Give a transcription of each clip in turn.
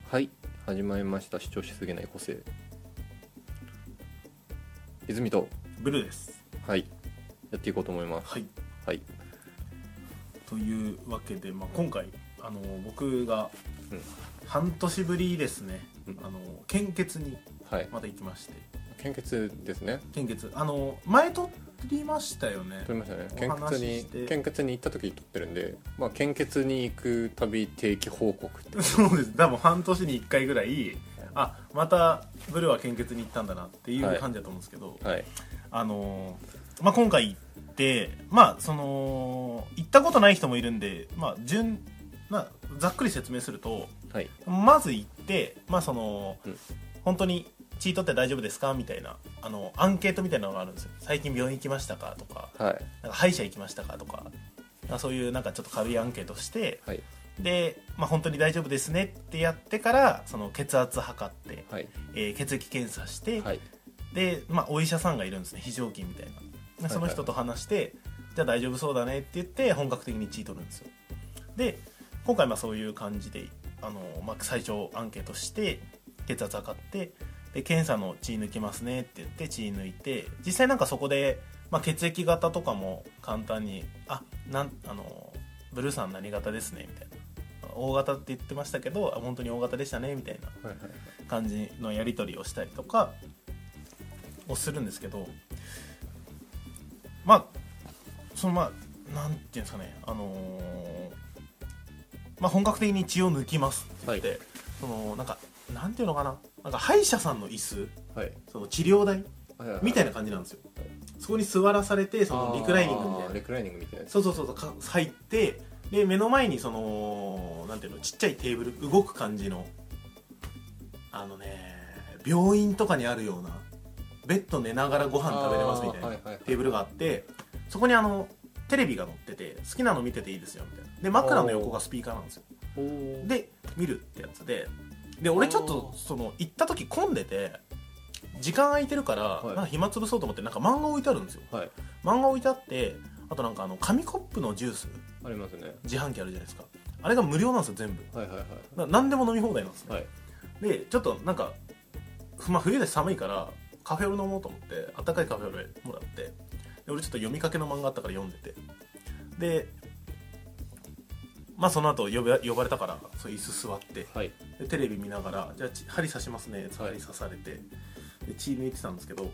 はい、始まりました。主張しすぎない個性、泉とブルーです。 はいやっていこうと思います。 はい、 はい、 というわけで、今回僕がうん半年ぶりですね、 うん献血にはい、 また行きまして、 献血ですね。 献血前撮りましたよね。 取りましたね。 お話しして献血に行った時に撮ってるんで、献血に行くたび定期報告ってそうです。多分半年に1回ぐらい、またブルーは献血に行ったんだなっていう感じだと思うんですけど、 はい今回行って行ったことない人もいるんで、ざっくり説明すると、 はい、 まず行ってうん本当に血取って大丈夫ですかみたいなアンケートみたいなのがあるんですよ。最近病院行きましたかとか、 はいなんか歯医者行きましたかとか、そういうなんかちょっと軽いアンケートして、 はいで、本当に大丈夫ですねってやってからその血圧測って、 はい血液検査して、 はいで、お医者さんがいるんですね、非常勤みたいな。その人と話して、じゃあ大丈夫そうだねって言って本格的に血取るんですよ。で今回そういう感じで最初アンケートして血圧測って、で検査の血抜きますねって言って血抜いて、実際なんかそこで、血液型とかも簡単にブルーさん何型ですねみたいな、大型って言ってましたけど本当に大型でしたねみたいな感じのやり取りをしたりとかをするんですけど、なんていうんですかね、本格的に血を抜きますって言って、なんていうのかな、なんか歯医者さんの椅子、その治療台みたいな感じなんですよ。そこに座らされて、そのリクライニングみたいな、 リクライニングみたいな、 そう入って、で目の前にそのなんていうの、ちっちゃいテーブル、動く感じの病院とかにあるようなベッド寝ながらご飯食べれますみたいなテーブルがあって、そこにテレビが載ってて、好きなの見てていいですよみたいな。で枕の横がスピーカーなんですよ。で見るってやつで、俺ちょっと行った時混んでて時間空いてるから、なんか暇つぶそうと思ってなんか漫画置いてあるんですよ。漫画置いてあって、あとなんか紙コップのジュースありますね。 自販機あるじゃないですか。あれが無料なんですよ全部。何でも飲み放題なんですね。でちょっとなんか冬で寒いからカフェオレ飲もうと思ってあったかいカフェオレもらって、で俺ちょっと読みかけの漫画あったから読んでて、でその後呼ばれたからそう椅子座って、でテレビ見ながら、じゃあ針刺しますねって針刺されて、で血抜いてたんですけど、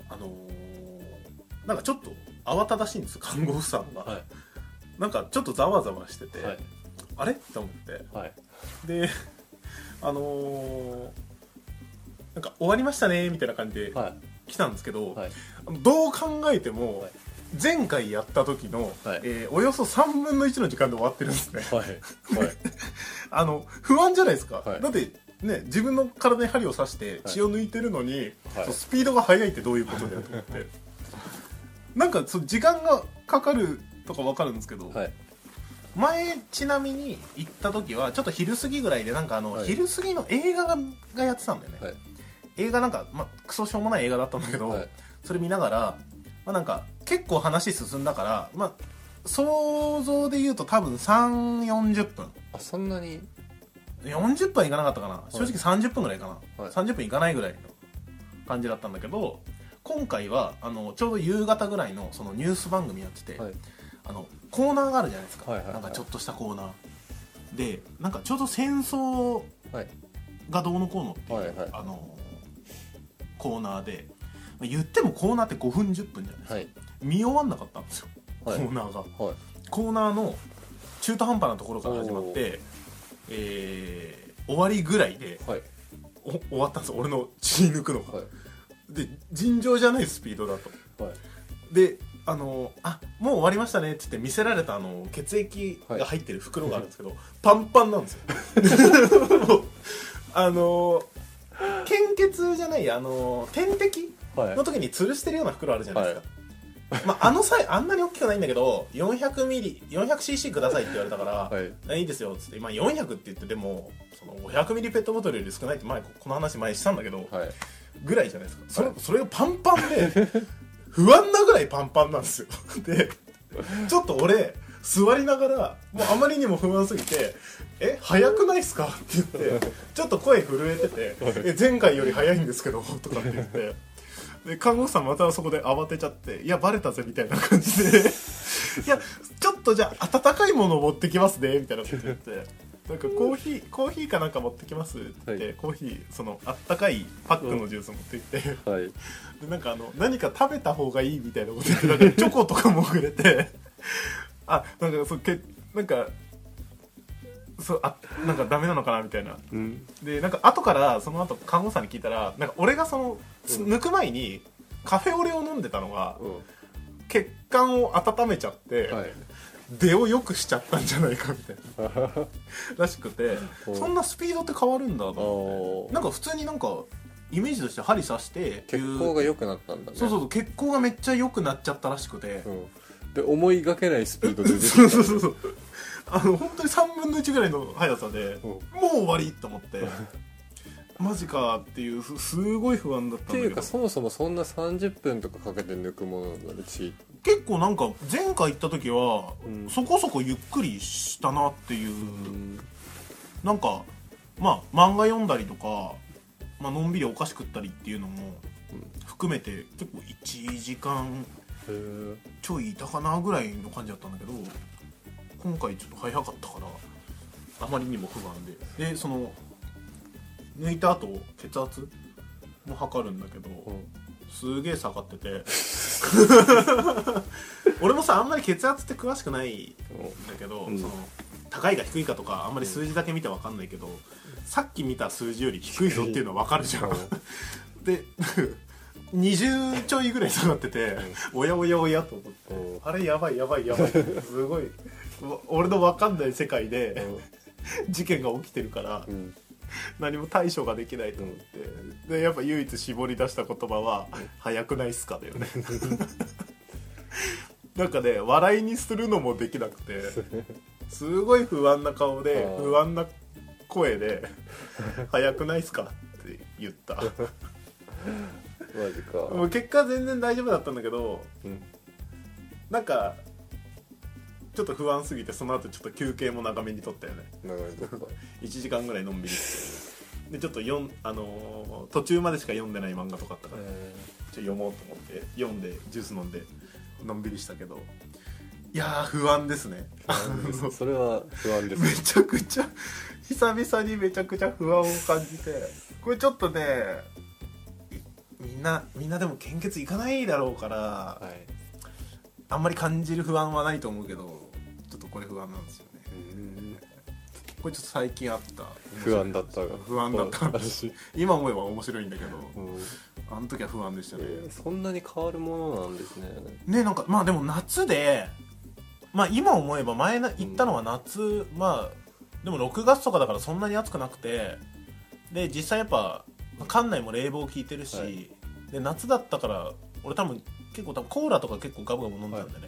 なんかちょっと慌ただしいんですよ、看護婦さんが。なんかちょっとざわざわしてて、あれって思って、でなんか終わりましたねみたいな感じで来たんですけど、どう考えても前回やった時の、およそ3分の1の時間で終わってるんですね。不安じゃないですか。だってね、自分の体に針を刺して血を抜いてるのに、スピードが速いってどういうことだよと思ってなんか時間がかかるとか分かるんですけど、前ちなみに行った時はちょっと昼過ぎぐらいで、なんか昼過ぎの映画がやってたんだよね。映画なんか、クソしょうもない映画だったんだけど、それ見ながら、なんか結構話進んだから、想像で言うと多分3、40分。 そんなに 40分はいかなかったかな、正直30分ぐらいかな、30分いかないぐらいの感じだったんだけど、今回はちょうど夕方ぐらいのそのニュース番組やってて、コーナーがあるじゃないですか、なんかちょっとしたコーナーで、なんかちょうど戦争がどうのこうのっていう、コーナーで、言ってもコーナーって5分10分じゃないですか、見終わんなかったんですよ、コーナーが。コーナーの中途半端なところから始まって、終わりぐらいで、終わったんですよ、俺の血抜くのが。で尋常じゃないスピードだと。でもう終わりましたねって言って見せられた血液が入ってる袋があるんですけど、パンパンなんですよ献血じゃない、点滴の時に吊るしてるような袋あるじゃないですか、あんなに大きくないんだけど 400cc くださいって言われたから、いいですよっつって、400って言って、でもその500ミリペットボトルより少ないってこの話前したんだけど、ぐらいじゃないですか。それがパンパンで不安なぐらいパンパンなんですよでちょっと俺座りながらもうあまりにも不安すぎて「早くないっすか?」って言ってちょっと声震えてて「前回より早いんですけど」とかって言ってで看護師さんまたそこで慌てちゃって「いやバレたぜ」みたいな感じで「いやちょっとじゃあ温かいものを持ってきますね」みたいなこと言ってなんかコーヒーかなんか持ってきますって言って、はい、コーヒーそのあったかいパックのジュース持ってきて、はい、でなんか何か食べた方がいいみたいなこと言ってなんかチョコとかもくれてあなんかなんかなんかダメなのかなみたいな、うん、でなんか後からその後看護師さんに聞いたらなんか俺が抜く前にカフェオレを飲んでたのが、うん、血管を温めちゃって、はい、出を良くしちゃったんじゃないかみたいならしくてそんなスピードって変わるんだと思ってなんか普通になんかイメージとして針刺して血行が良くなったんだね。 そう血行がめっちゃ良くなっちゃったらしくて、 うん、で思いがけないスピードで出てきたそう本当に3分の1ぐらいの速さで、もう終わりと思ってマジかっていうすごい不安だったんだけどっていうかそもそもそんな30分とかかけて抜くものなのち結構なんか前回行った時は、うん、そこそこゆっくりしたなっていう、なんかまあ漫画読んだりとか、まあのんびりお菓子食ったりっていうのも含めて結構1時間ちょいいたかなぐらいの感じだったんだけど今回ちょっと早かったからあまりにも不安でその抜いた後血圧も測るんだけど、すげえ下がってて俺もさあんまり血圧って詳しくないんだけど、その高いか低いかとかあんまり数字だけ見て分かんないけど、さっき見た数字より低いぞっていうのは分かるじゃんで20ちょいぐらい下がってて、おやおやおやと思って、あれやばいすごい俺の分かんない世界で事件が起きてるから、何も対処ができないと思って、でやっぱ唯一絞り出した言葉は「早くないっすか?」だよねなんかね笑いにするのもできなくてすごい不安な顔で不安な声で「早くないっすか?」って言ったマジか。 もう結果全然大丈夫だったんだけど、なんかちょっと不安すぎてその後ちょっと休憩も長めに取ったよね。 長めに取った 1時間ぐらいのんびりでちょっと途中までしか読んでない漫画とかあったから、読もうと思って読んでジュース飲んでのんびりしたけど、いやー不安ですねそれは不安ですね。 めちゃくちゃ久々にめちゃくちゃ不安を感じて、これちょっとねみんなでも献血いかないだろうから、はい、あんまり感じる不安はないと思うけどちょっとこれ不安なんですよね。これちょっと最近あった不安だった今思えば面白いんだけど、あの時は不安でしたね。 そんなに変わるものなんですね。 ね、なんかまあでも夏で、まあ今思えば前行ったのは夏、まあでも6月とかだからそんなに暑くなくて、で実際やっぱ館内も冷房効いてるし、はい、で夏だったから俺多分コーラとか結構ガブガブ飲んでたんでね、はい、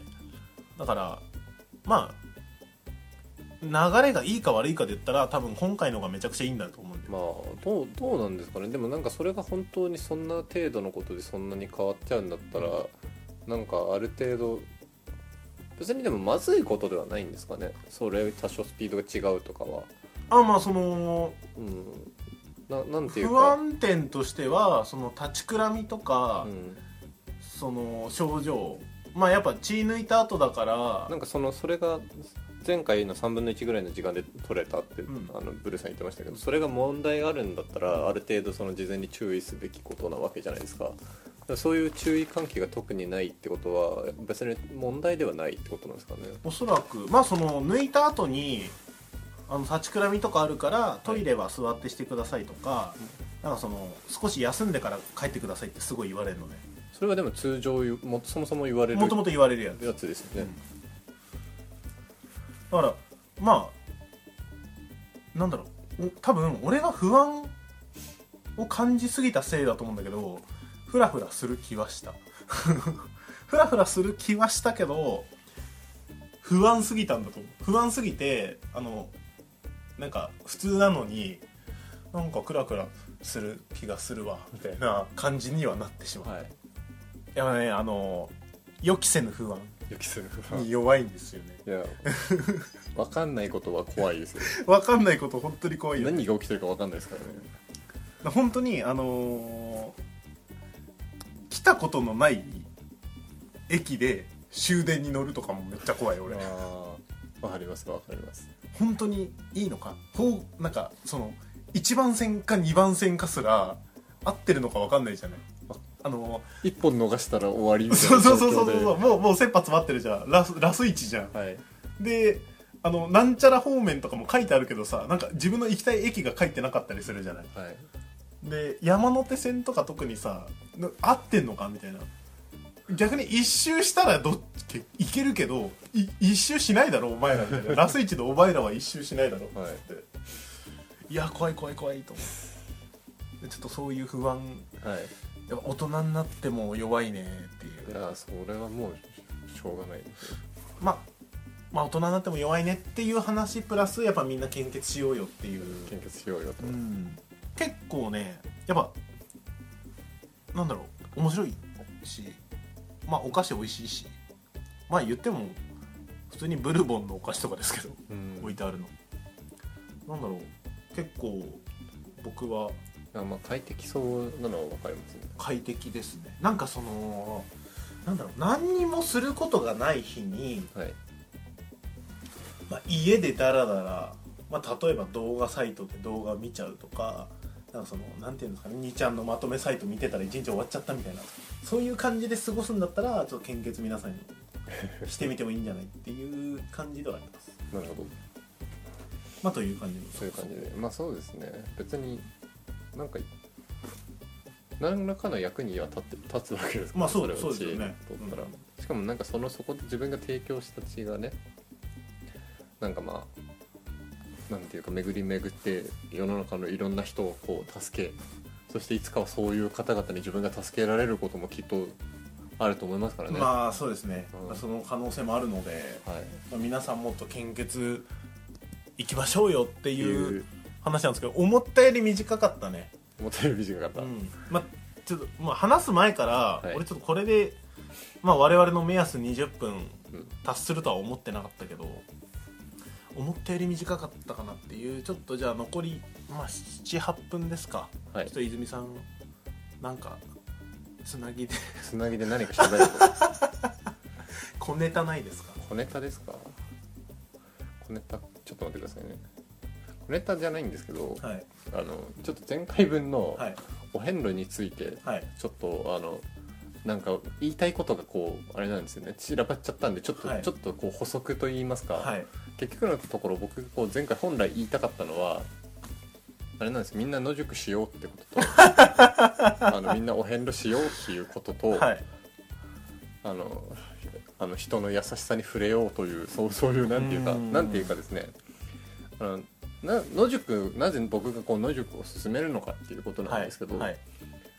だからまあ流れがいいか悪いかで言ったら多分今回のがめちゃくちゃいいんだと思うんで、 まあどうなんですかね。でもなんかそれが本当にそんな程度のことでそんなに変わっちゃうんだったら、なんかある程度別にでもまずいことではないんですかね。それ多少スピードが違うとかは。 まあその、 なんていうか不安点としてはその立ちくらみとか、その症状、まあやっぱ血抜いた後だからなんかそれが前回の3分の1ぐらいの時間で取れたって、ブルーさん言ってましたけど、それが問題があるんだったらある程度その事前に注意すべきことなわけじゃないですか。そういう注意喚起が特にないってことは別に問題ではないってことなんですかね。 おそらくまあその抜いた後に立ちくらみとかあるからトイレは座ってしてくださいとか、なんかその少し休んでから帰ってくださいってすごい言われるので、 それはでも通常そもそも言われるもともと言われるやつですよね。 だからまあなんだろう、多分俺が不安を感じすぎたせいだと思うんだけど、フラフラする気はしたフラフラする気はしたけど不安すぎたんだと思う。不安すぎてなんか普通なのになんかクラクラする気がするわみたいな感じにはなってしまう、はい、やっぱね予期せぬ不安予期する不安に弱いんですよね。 いや分かんないことは怖いですよ分かんないこと本当に怖いよ、ね、 何が起きてるか分かんないですからね。 本当に来たことのない駅で終電に乗るとかもめっちゃ怖い俺。 分かります分かります。 本当にいいのか、なんかその1番線か2番線かすら合ってるのか分かんないじゃない。 一本逃したら終わりみたいな状況でそうもう切羽詰まってるじゃん。ラス1じゃん、 はい、 でなんちゃら方面とかも書いてあるけどさ、なんか自分の行きたい駅が書いてなかったりするじゃない、 はい、 で山手線とか特にさ合ってんのかみたいな。逆に一周したら行けるけど一周しないだろお前らみたいなラス1でお前らは一周しないだろって、はい、いや怖いと思ってちょっとそういう不安、はい、やっぱ大人になっても弱いねっていう。 いやそれはもうしょうがないですよ。 まあ大人になっても弱いねっていう話プラスやっぱみんな献血しようよっていう。 献血しようよと、 結構ねやっぱなんだろう面白いし、まあお菓子美味しいし、まあ言っても普通にブルボンのお菓子とかですけど、置いてあるのなんだろう結構僕はまあ快適そうなのは分かりますね。 快適ですね。なんかそのなんだろう何にもすることがない日に、はい、まあ、家でダラダラ、まあ、例えば動画サイトで動画見ちゃうとか、なんかそのなんていうんですかね、2ちゃんのまとめサイト見てたら1日終わっちゃったみたいな、そういう感じで過ごすんだったらちょっと献血皆さんにしてみてもいいんじゃないっていう感じではありますなるほど。 まあという感じで、 そういう感じで、まあそうですね。別になんか何らかの役には立つわけですから、 まあそうですよね。 しかもなんかそこで自分が提供した血がね、なんかまあなんていうか巡り巡って世の中のいろんな人をこう助け、そしていつかはそういう方々に自分が助けられることもきっとあると思いますからね。 まあそうですね、その可能性もあるので、はい、まあ、皆さんもっと献血行きましょうよっていう話なんですけど、思ったより短かったね。 思ったより短かった、 まあちょっとまあ話す前から、はい、俺ちょっとこれで、まあ、我々の目安20分達するとは思ってなかったけど、思ったより短かったかなっていう。ちょっとじゃあ残り、まあ、7,8 分ですか、はい、ちょっと泉さんなんかつなぎで何か喋ると小ネタないですか？ 小ネタですか？小ネタちょっと待ってくださいね。小ネタじゃないんですけど、はい、ちょっと前回分のお遍路について、はい、ちょっとなんか言いたいことがこうあれなんですよね、散らばっちゃったんでちょっとこう補足と言いますか、はい、結局のところ僕こう前回本来言いたかったのはあれなんです。みんな野宿しようってこととみんなお遍路しようっていうことと、はい、人の優しさに触れようというそういうなんていうかですね、野宿、なぜ僕がこう野宿を進めるのかっていうことなんですけど、はいはい、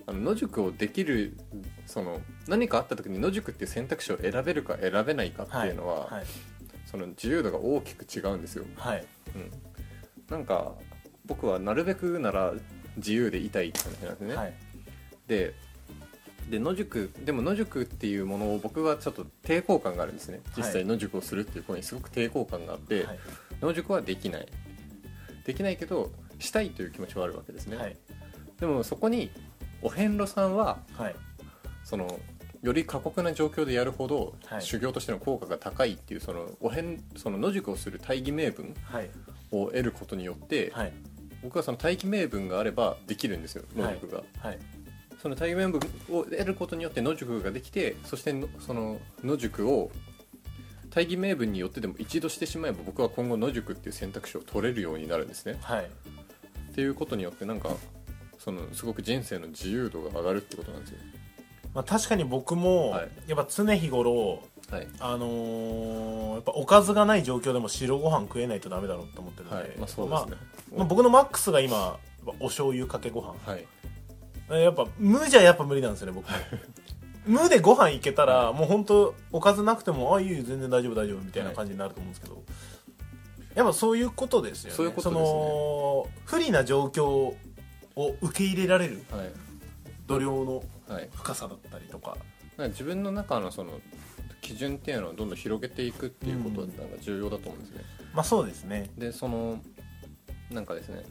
野宿をできるその何かあった時に野宿っていう選択肢を選べるか選べないかっていうのは、はいはい、その自由度が大きく違うんですよ、はい、なんか僕はなるべくなら自由でいたいって話なんですね、はい、で野宿っていうものを僕はちょっと抵抗感があるんですね。実際野宿をするっていうことにすごく抵抗感があって、はい、野宿はできないけどしたいという気持ちはあるわけですね、はい、でもそこにお遍路さんは、はい、そのより過酷な状況でやるほど、はい、修行としての効果が高いっていうその野宿をする大義名分を得ることによって、はい、僕はその大義名分があればできるんですよ野宿が、はいはい、その大義名分を得ることによって野宿ができて、そしてその野宿を大義名分によってでも一度してしまえば僕は今後野宿っていう選択肢を取れるようになるんですね、はい、っていうことによってなんかすごく人生の自由度が上がるってことなんですよ。 まあ、確かに僕も、はい、やっぱ常日頃、はい、やっぱおかずがない状況でも白ご飯食えないとダメだろうって思ってるんで、はい、まあそうですね、まあ、僕のマックスが今お醤油かけご飯、はい、やっぱ無じゃやっぱ無理なんですよね僕無でご飯いけたら、もう本当おかずなくてもいいよ全然大丈夫みたいな感じになると思うんですけど、やっぱそういうことですよね。そういうことですね。その不利な状況を受け入れられる、度量の深さだったりとか、 自分の中のその基準っていうのをどんどん広げていくっていうことが重要だと思うんですね。 まあそうですね。 でなんかですね、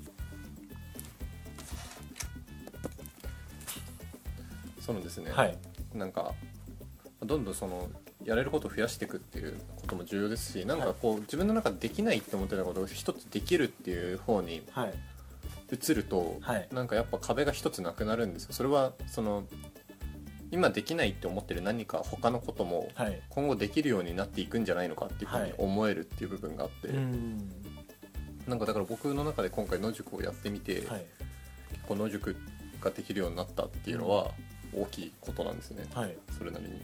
ですね、 はい、 なんかどんどんやれることを増やしていくっていうことも重要ですし、なんかこう自分の中でできないって思ってたことが一つできるっていう方に移ると、 はい、 なんかやっぱ壁が一つなくなるんですよ。それは今できないって思ってる何か他のことも今後できるようになっていくんじゃないのかっていうふうに思えるっていう部分があって、なんかだから僕の中で今回野宿をやってみて、結構野宿ができるようになったっていうのは大きいことなんですね、それなりに。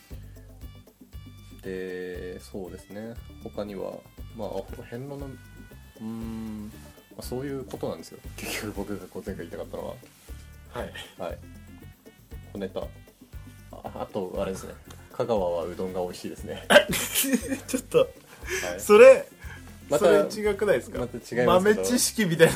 でそうですね、他にはまあ遍路のそういうことなんですよ。結局僕が前回言いたかったのは小ネタ、あとあれですね、香川はうどんが美味しいですねちょっと、それ違くないですか？ また違いますけど、 豆知識みたいな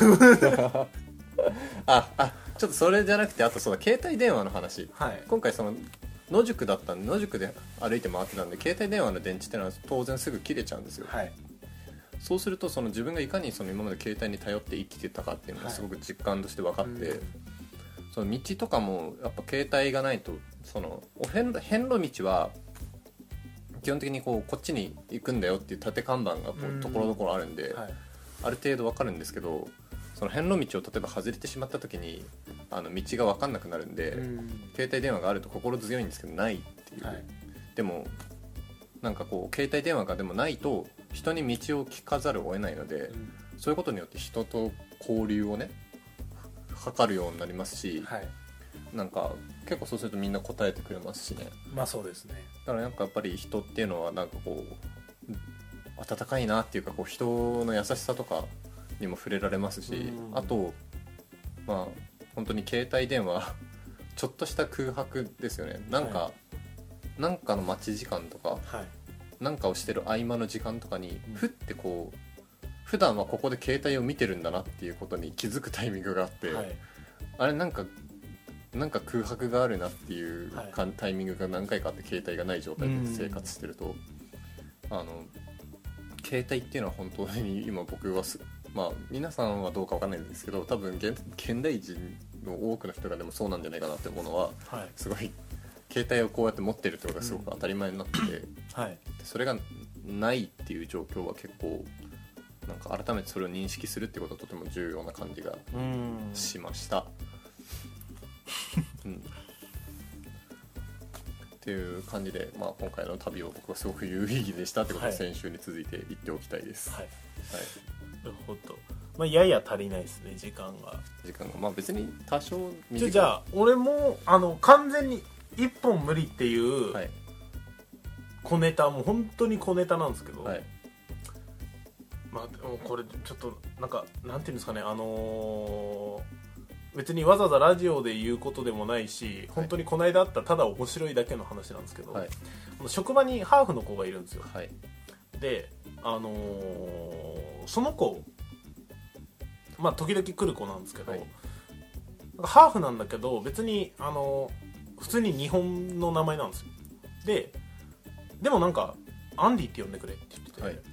ちょっとそれじゃなくて、あと携帯電話の話、今回野宿だったんで、野宿で歩いて回ってたんで、携帯電話の電池ってのは当然すぐ切れちゃうんですよ、そうすると自分がいかに今まで携帯に頼って生きてたかっていうのがすごく実感として分かって、道とかもやっぱ携帯がないと、遍路道は基本的にこっちに行くんだよっていう縦看板がところどころあるんで、ある程度分かるんですけど、遍路道を例えば外れてしまった時に道が分かんなくなるんで、携帯電話があると心強いんですけどないっていう、でもなんか携帯電話がでもないと人に道を聞かざるを得ないので、そういうことによって人と交流をね図るようになりますし、なんか結構そうするとみんな答えてくれますしね。 まあそうですね。 だからなんかやっぱり人っていうのはなんか温かいなっていうか、人の優しさとかにも触れられますし、あとまあ本当に携帯電話ちょっとした空白ですよね。なんかの待ち時間とか、なんかをしてる合間の時間とかにふって普段はここで携帯を見てるんだなっていうことに気づくタイミングがあって、あれなんか空白があるなっていうタイミングが何回かあって、携帯がない状態で生活してると、携帯っていうのは本当に今僕はまあ皆さんはどうかわかんないんですけど、多分現代人の多くの人がでもそうなんじゃないかなって思うのは、すごい携帯をこうやって持ってるってことがすごく当たり前になってて、それがないっていう状況は結構なんか改めてそれを認識するってことはとても重要な感じがしました。っていう感じで、まあ、今回の旅を僕はすごく有意義でしたってことを先週に続いて言っておきたいです。なるほど。まあやや足りないですね、時間が。 まあ別に多少短い。 じゃあ俺も完全に一本無理っていう小ネタ、もう本当に小ネタなんですけど、まあでもこれちょっとなんかなんていうんですかね、別にわざわざラジオで言うことでもないし、本当にこの間あったただ面白いだけの話なんですけど、職場にハーフの子がいるんですよ。でその子、まあ時々来る子なんですけど、ハーフなんだけど別に普通に日本の名前なんですよ。でもなんかアンディって呼んでくれって言ってて、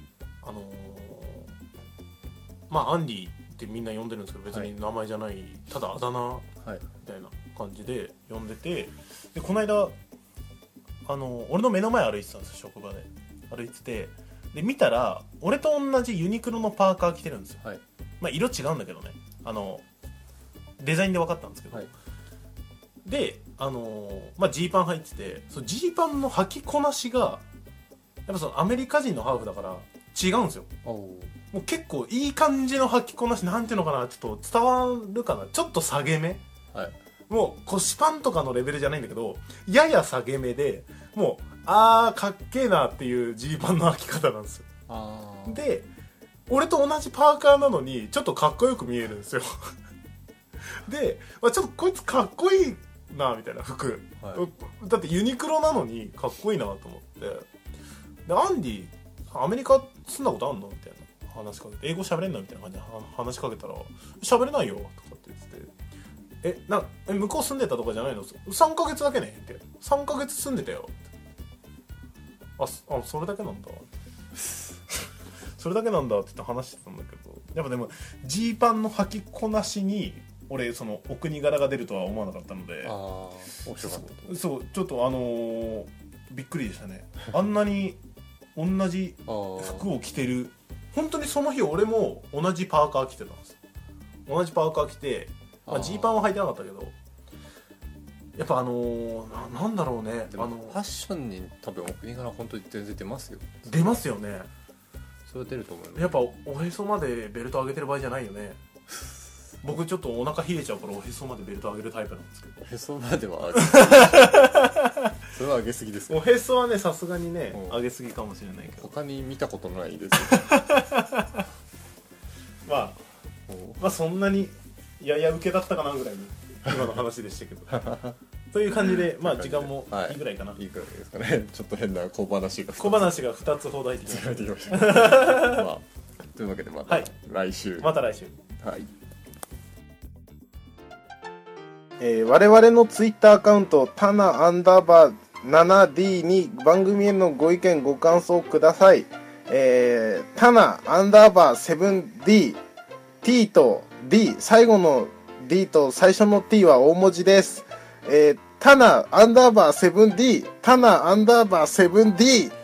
まあアンディってみんな呼んでるんですけど、別に名前じゃない、ただあだ名みたいな感じで呼んでて、でこの間俺の目の前歩いてたんですよ。職場で歩いてて、で見たら俺と同じユニクロのパーカー着てるんですよ。まあ色違うんだけどね、デザインで分かったんですけど、でまあジーパン入ってて、そのジーパンの履きこなしがやっぱアメリカ人のハーフだから違うんですよ。もう結構いい感じの履きこなし、なんていうのかな、ちょっと伝わるかな、ちょっと下げ目、もう腰パンとかのレベルじゃないんだけど、やや下げ目で、もうかっけえなっていうジーパンの履き方なんですよ。で俺と同じパーカーなのにちょっとかっこよく見えるんですよで、ちょっとこいつかっこいいなみたいな服、だってユニクロなのにかっこいいなと思って、でアンディアメリカ住んだことあんのみたいな話しかけて、英語喋れんのみたいな感じで話しかけたら、喋れないよとかって言ってて、向こう住んでたとかじゃないの、3ヶ月だけねって、3ヶ月住んでたよって、 それだけなんだそれだけなんだって言って話してたんだけど、やっぱでもジーパンの履きこなしに俺そのお国柄が出るとは思わなかったので、 面白かった。 そうちょっとびっくりでしたね。あんなに同じ服を着てる、本当にその日俺も同じパーカー着てたんです。同じパーカー着て、ジーパンは履いてなかったけど、やっぱなんだろうね、 ファッションに多分お国柄本当に全然出ますよ。 出ますよね。 それは出ると思います。 やっぱおへそまでベルト上げてる場合じゃないよね僕ちょっとお腹冷えちゃうからおへそまでベルト上げるタイプなんですけど、 おへそまでは上げそれは上げすぎですか。 おへそはねさすがにね上げすぎかもしれないけど、 他に見たことないですまあそんなにやや受けだったかなぐらいの今の話でしたけどという感じで、時間もいいぐらいかな、 いいぐらいですかね。ちょっと変な小話が 2つほど入ってきましたというわけでまた来週、 また来週。 はい。 我々のツイッターアカウントタナ_7D に番組へのご意見ご感想ください。タナ_7D T と D 最後の D と最初の T は大文字です。タナ_7D タナ_7D